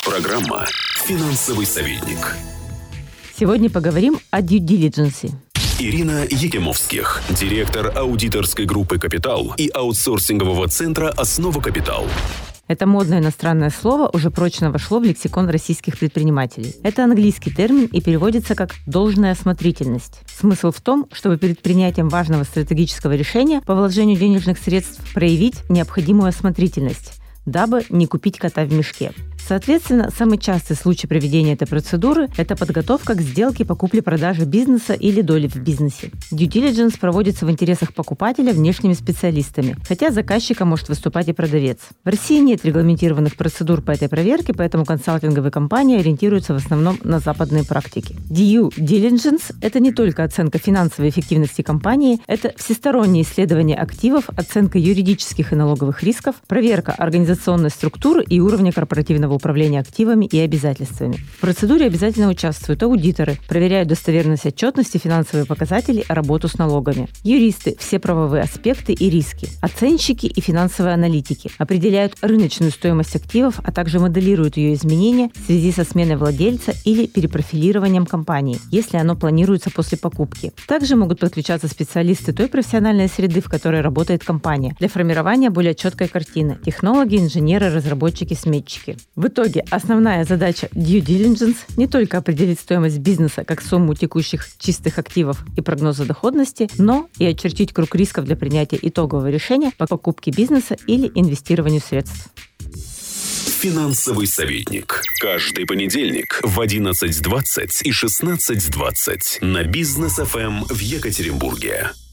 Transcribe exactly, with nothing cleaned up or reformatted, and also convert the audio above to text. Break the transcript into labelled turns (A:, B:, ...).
A: Программа «Финансовый советник».
B: Сегодня поговорим о due diligence.
A: Ирина Якимовских, директор аудиторской группы «Капитал» и аутсорсингового центра «Основа Капитал».
B: Это модное иностранное слово уже прочно вошло в лексикон российских предпринимателей. Это английский термин и переводится как «должная осмотрительность». Смысл в том, чтобы перед принятием важного стратегического решения по вложению денежных средств проявить необходимую осмотрительность, дабы не купить кота в мешке. Соответственно, самый частый случай проведения этой процедуры – это подготовка к сделке по купле-продаже бизнеса или доли в бизнесе. Due diligence проводится в интересах покупателя внешними специалистами, хотя заказчиком может выступать и продавец. В России нет регламентированных процедур по этой проверке, поэтому консалтинговые компании ориентируются в основном на западные практики. Due diligence – это не только оценка финансовой эффективности компании, это всестороннее исследование активов, оценка юридических и налоговых рисков, проверка организационной структуры и уровня корпоративного управления активами и обязательствами. В процедуре обязательно участвуют аудиторы, проверяют достоверность отчетности, финансовые показатели, работу с налогами. Юристы, все правовые аспекты и риски. Оценщики и финансовые аналитики определяют рыночную стоимость активов, а также моделируют ее изменения в связи со сменой владельца или перепрофилированием компании, если оно планируется после покупки. Также могут подключаться специалисты той профессиональной среды, в которой работает компания, для формирования более четкой картины. Технологи, инженеры, разработчики, сметчики. В итоге основная задача due diligence не только определить стоимость бизнеса как сумму текущих чистых активов и прогноза доходности, но и очертить круг рисков для принятия итогового решения по покупке бизнеса или инвестированию средств.
A: «Финансовый советник». Каждый понедельник в одиннадцать двадцать и шестнадцать двадцать на Бизнес эф эм в Екатеринбурге.